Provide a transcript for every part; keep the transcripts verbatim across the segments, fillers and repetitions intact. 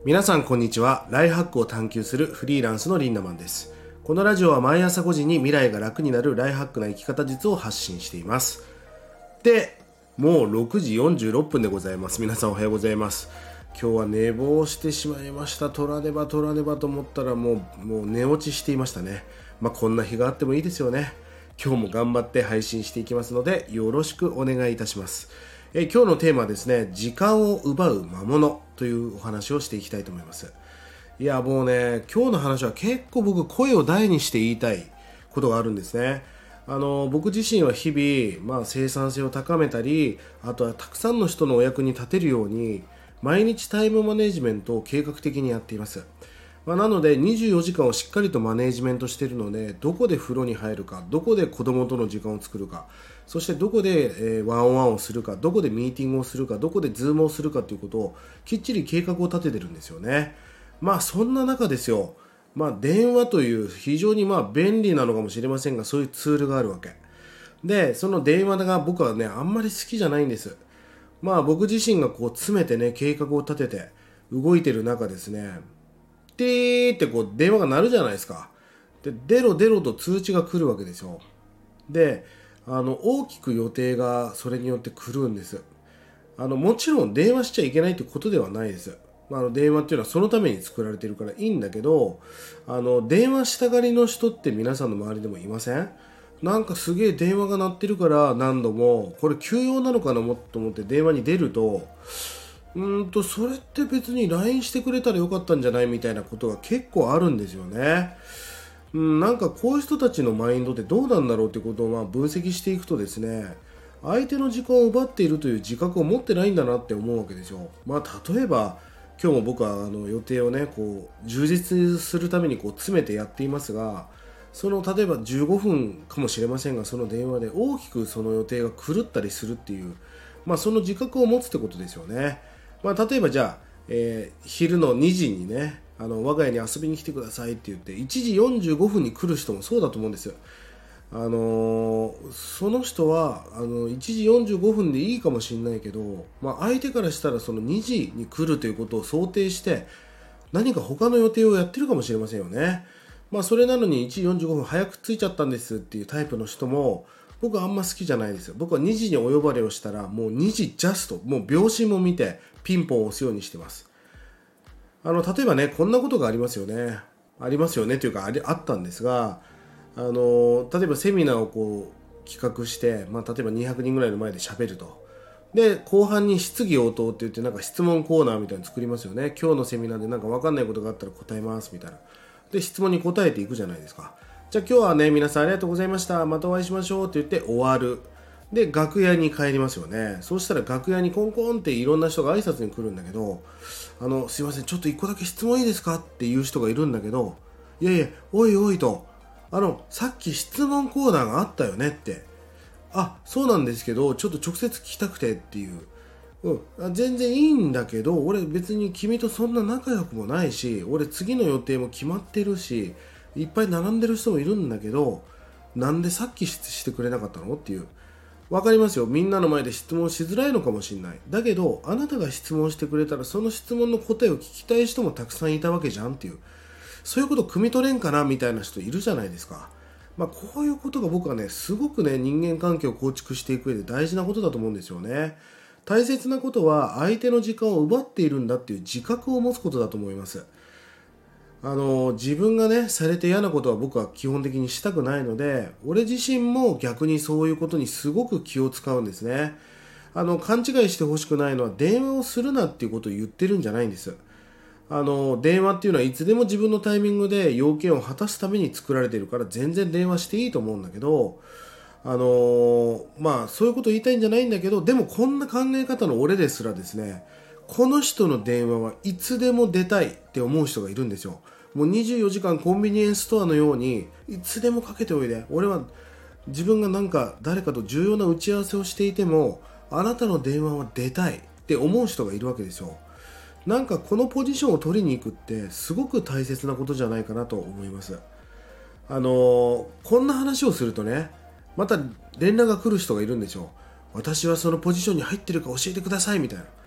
皆さんこんにちは。ライフハックを探求するフリーランスのリンダマンです。このラジオは毎朝ごじに未来が楽になるライフハックな生き方術を発信しています。で、もうろくじよんじゅうろっぷんでございます。皆さんおはようございます。今日は寝坊してしまいました。取らねば取らねばと思ったらもう、もう寝落ちしていましたね。まあこんな日があってもいいですよね。今日も頑張って配信していきますのでよろしくお願いいたします。え今日のテーマはですね、時間を奪う魔物というお話をしていきたいと思います。いやもうね、今日の話は結構僕声を大にして言いたいことがあるんですね。あの僕自身は日々、まあ、生産性を高めたり、あとはたくさんの人のお役に立てるように毎日タイムマネジメントを計画的にやっています。まあ、なのでにじゅうよじかんをしっかりとマネジメントしているので、どこで風呂に入るか、どこで子供との時間を作るか、そしてどこで、えー、ワンオンワンをするか、どこでミーティングをするか、どこでズームをするかということをきっちり計画を立ててるんですよね。まあそんな中ですよ、まあ、電話という非常にまあ便利なのかもしれませんが、そういうツールがあるわけで、その電話が僕はねあんまり好きじゃないんです。まあ僕自身がこう詰めてね計画を立てて動いてる中ですね、でーってこう電話が鳴るじゃないですか。で出ろ出ろと通知が来るわけですよ。であの大きく予定がそれによって来るんです。あのもちろん電話しちゃいけないってことではないです。まあ、あの電話っていうのはそのために作られているからいいんだけど、あの電話したがりの人って皆さんの周りでもいません？なんかすげえ電話が鳴ってるから何度もこれ急用なのかなと思って電話に出ると、うーんとそれって別に ライン してくれたらよかったんじゃないみたいなことが結構あるんですよね。うん、なんかこういう人たちのマインドってどうなんだろうってことをまあ分析していくとですね、相手の時間を奪っているという自覚を持ってないんだなって思うわけですよ。まあ例えば今日も僕はあの予定をねこう充実するためにこう詰めてやっていますが、その例えばじゅうごふんかもしれませんが、その電話で大きくその予定が狂ったりするっていう、まあ、その自覚を持つってことですよね。まあ、例えばじゃあ、えー昼のにじにね、あの我が家に遊びに来てくださいって言っていちじよんじゅうごふんに来る人もそうだと思うんですよ。あのーその人はあのいちじよんじゅうごふんでいいかもしれないけど、まあ、相手からしたらそのにじに来るということを想定して何か他の予定をやってるかもしれませんよね。まあ、それなのにいちじよんじゅうごふん早く着いちゃったんですっていうタイプの人も僕はあんま好きじゃないですよ。僕はにじにお呼ばれをしたらもうにじジャスト、もう秒針も見てピンポンを押すようにしてます。あの例えばね、こんなことがありますよね。ありますよねというかありあったんですが、あの例えばセミナーをこう企画して、まあ、例えばにひゃくにんぐらいの前で喋ると。で後半に質疑応答って言ってなんか質問コーナーみたいに作りますよね。今日のセミナーでなんか分かんないことがあったら答えますみたいな。で質問に答えていくじゃないですか。じゃあ今日はね皆さんありがとうございました、またお会いしましょうって言って終わる。で楽屋に帰りますよね。そうしたら楽屋にコンコンっていろんな人が挨拶に来るんだけど、あのすいませんちょっと一個だけ質問いいですかっていう人がいるんだけど、いやいやおいおいと、あのさっき質問コーナーがあったよねって、あそうなんですけどちょっと直接聞きたくてっていう、うん、全然いいんだけど俺別に君とそんな仲良くもないし、俺次の予定も決まってるしいっぱい並んでる人もいるんだけど、なんでさっきしてくれなかったのっていう。わかりますよ、みんなの前で質問しづらいのかもしれない。だけどあなたが質問してくれたらその質問の答えを聞きたい人もたくさんいたわけじゃんっていう、そういうこと汲み取れんかなみたいな人いるじゃないですか。まあ、こういうことが僕はねすごくね人間関係を構築していく上で大事なことだと思うんですよね。大切なことは相手の時間を奪っているんだっていう自覚を持つことだと思います。あの自分がねされて嫌なことは僕は基本的にしたくないので、俺自身も逆にそういうことにすごく気を使うんですね。あの勘違いしてほしくないのは電話をするなっていうことを言ってるんじゃないんです。あの電話っていうのはいつでも自分のタイミングで要件を果たすために作られているから全然電話していいと思うんだけど、あのまあそういうことを言いたいんじゃないんだけど、でもこんな考え方の俺ですらですね、この人の電話はいつでも出たいって思う人がいるんですよ。もうにじゅうよじかんコンビニエンスストアのようにいつでもかけておいで、俺は自分がなんか誰かと重要な打ち合わせをしていてもあなたの電話は出たいって思う人がいるわけですよ。なんかこのポジションを取りに行くってすごく大切なことじゃないかなと思います。あのー、こんな話をするとね、また連絡が来る人がいるんでしょう。私はそのポジションに入ってるか教えてくださいみたいな。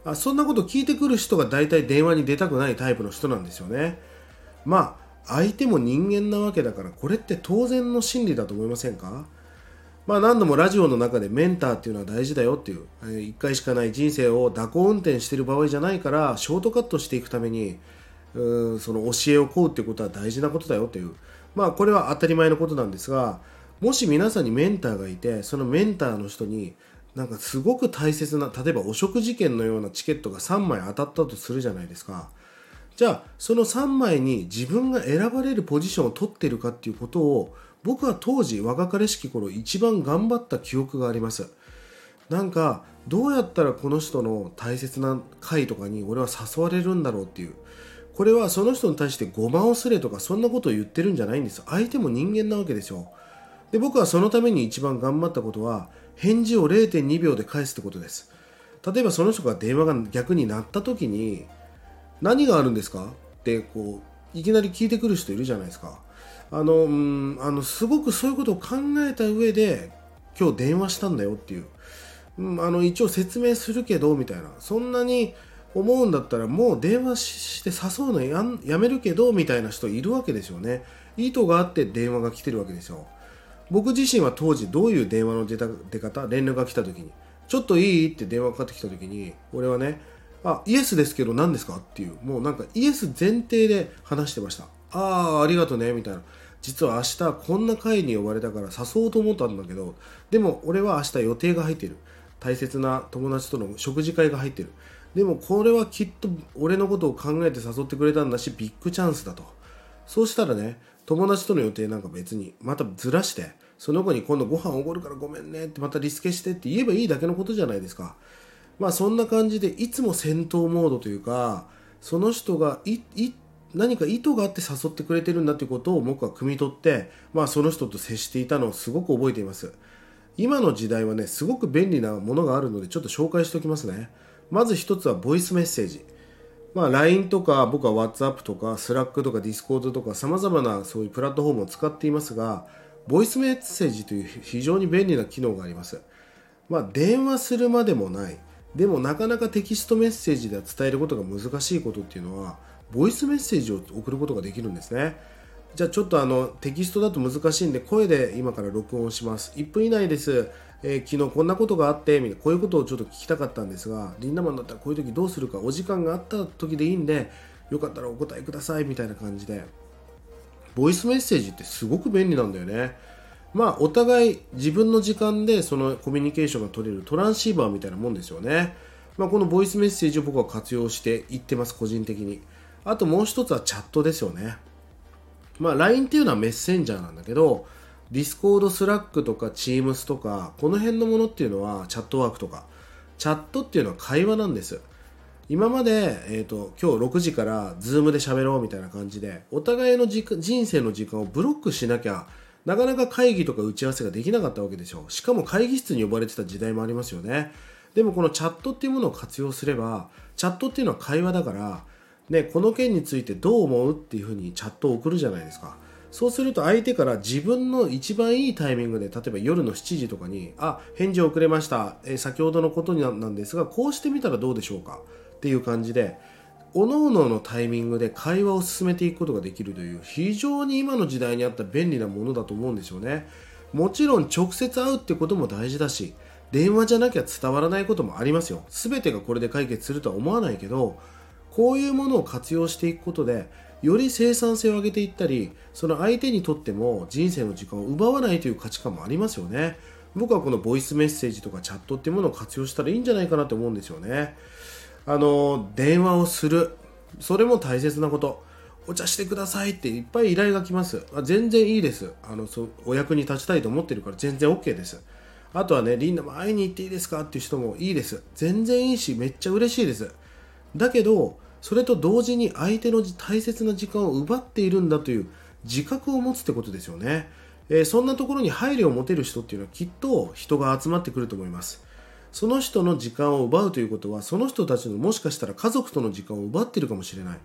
あそんなこと聞いてくる人が大体電話に出たくないタイプの人なんですよね。まあ相手も人間なわけだから、これって当然の心理だと思いませんか？まあ何度もラジオの中でメンターっていうのは大事だよっていう、いっかいしかない人生を蛇行運転している場合じゃないから、ショートカットしていくためにうーんその教えを請うっていうことは大事なことだよっていう、まあこれは当たり前のことなんですが、もし皆さんにメンターがいて、そのメンターの人になんかすごく大切な、例えばお食事券のようなチケットがさんまい当たったとするじゃないですか。じゃあそのさんまいに自分が選ばれるポジションを取っているかっていうことを、僕は当時若かりしき頃一番頑張った記憶があります。なんかどうやったらこの人の大切な会とかに俺は誘われるんだろうっていう、これはその人に対してごまをすれとかそんなことを言ってるんじゃないんです。相手も人間なわけですよ。で僕はそのために一番頑張ったことは、返事を れいてんにびょうで返すってことです。例えばその人が電話が逆に鳴った時に、何があるんですかってこういきなり聞いてくる人いるじゃないですか。あのうんあのすごくそういうことを考えた上で今日電話したんだよっていう、うん、あの一応説明するけどみたいな、そんなに思うんだったらもう電話して誘うの や, やめるけどみたいな人いるわけですよね。意図があって電話が来てるわけですよ。僕自身は当時どういう電話の出た出方、連絡が来た時にちょっといいって電話かかってきた時に、俺はね、あイエスですけど何ですかっていう、もうなんかイエス前提で話してました。ああありがとうねみたいな、実は明日こんな会に呼ばれたから誘おうと思ったんだけど、でも俺は明日予定が入っている、大切な友達との食事会が入っている、でもこれはきっと俺のことを考えて誘ってくれたんだしビッグチャンスだと。そうしたらね、友達との予定なんか別にまたずらして、その子に今度ご飯おごるからごめんねってまたリスケしてって言えばいいだけのことじゃないですか。まあそんな感じでいつも戦闘モードというか、その人がいい何か意図があって誘ってくれてるんだということを僕は汲み取って、まあ、その人と接していたのをすごく覚えています。今の時代はね、すごく便利なものがあるのでちょっと紹介しておきますね。まず一つはボイスメッセージ。まあ、ライン とか僕は WhatsApp とか Slack とか Discord とか様々なそういうプラットフォームを使っていますが、ボイスメッセージという非常に便利な機能があります。まあ、電話するまでもない。でもなかなかテキストメッセージでは伝えることが難しいことっていうのは、ボイスメッセージを送ることができるんですね。じゃあちょっとあのテキストだと難しいんで声で今から録音します。いっぷん以内です、えー、昨日こんなことがあってみたいな、こういうことをちょっと聞きたかったんですが、リンダマンだったらこういう時どうするか、お時間があった時でいいんでよかったらお答えくださいみたいな感じで、ボイスメッセージってすごく便利なんだよね。まあお互い自分の時間でそのコミュニケーションが取れるトランシーバーみたいなもんですよね。まあ、このボイスメッセージを僕は活用していってます、個人的に。あともう一つはチャットですよね。まあ ライン っていうのはメッセンジャーなんだけど、Discord、Slack とか Teams とかこの辺のものっていうのはチャットワークとか、チャットっていうのは会話なんです。今まで、えーと、今日ろくじから Zoom で喋ろうみたいな感じで、お互いの時間人生の時間をブロックしなきゃなかなか会議とか打ち合わせができなかったわけでしょ。しかも会議室に呼ばれてた時代もありますよね。でもこのチャットっていうものを活用すれば、チャットっていうのは会話だからね、この件についてどう思うっていうふうにチャットを送るじゃないですか。そうすると相手から自分の一番いいタイミングで、例えば夜のしちじとかに、あ、返事遅れました、えー、先ほどのことなんですがこうしてみたらどうでしょうかっていう感じで、各々のタイミングで会話を進めていくことができるという、非常に今の時代にあった便利なものだと思うんですよね。もちろん直接会うってことも大事だし、電話じゃなきゃ伝わらないこともありますよ。全てがこれで解決するとは思わないけど、こういうものを活用していくことでより生産性を上げていったり、その相手にとっても人生の時間を奪わないという価値観もありますよね。僕はこのボイスメッセージとかチャットっていうものを活用したらいいんじゃないかなと思うんですよね。あの電話をする、それも大切なこと。お茶してくださいっていっぱい依頼が来ます。あ、全然いいです。あのそお役に立ちたいと思ってるから全然 OK です。あとはね、リンダも会いに行っていいですかっていう人もいいです。全然いいし、めっちゃ嬉しいです。だけどそれと同時に相手の大切な時間を奪っているんだという自覚を持つってことですよね。えー、そんなところに配慮を持てる人っていうのはきっと人が集まってくると思います。その人の時間を奪うということは、その人たちのもしかしたら家族との時間を奪っているかもしれない。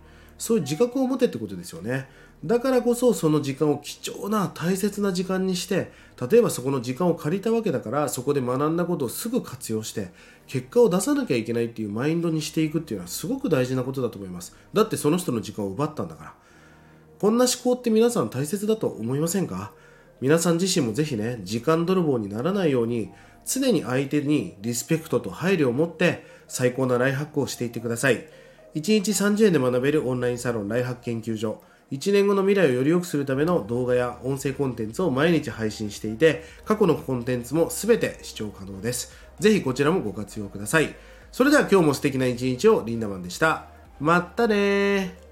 そういう自覚を持てってことですよね。だからこそその時間を貴重な大切な時間にして、例えばそこの時間を借りたわけだから、そこで学んだことをすぐ活用して結果を出さなきゃいけないっていうマインドにしていくっていうのはすごく大事なことだと思います。だってその人の時間を奪ったんだから。こんな思考って皆さん大切だと思いませんか？皆さん自身もぜひね、時間泥棒にならないように常に相手にリスペクトと配慮を持って最高なライフハックをしていってください。いちにちさんじゅうえんで学べるオンラインサロンライフハック研究所、いちねんごの未来をより良くするための動画や音声コンテンツを毎日配信していて、過去のコンテンツもすべて視聴可能です。ぜひこちらもご活用ください。それでは今日も素敵な一日を。リンダマンでした。まったねー。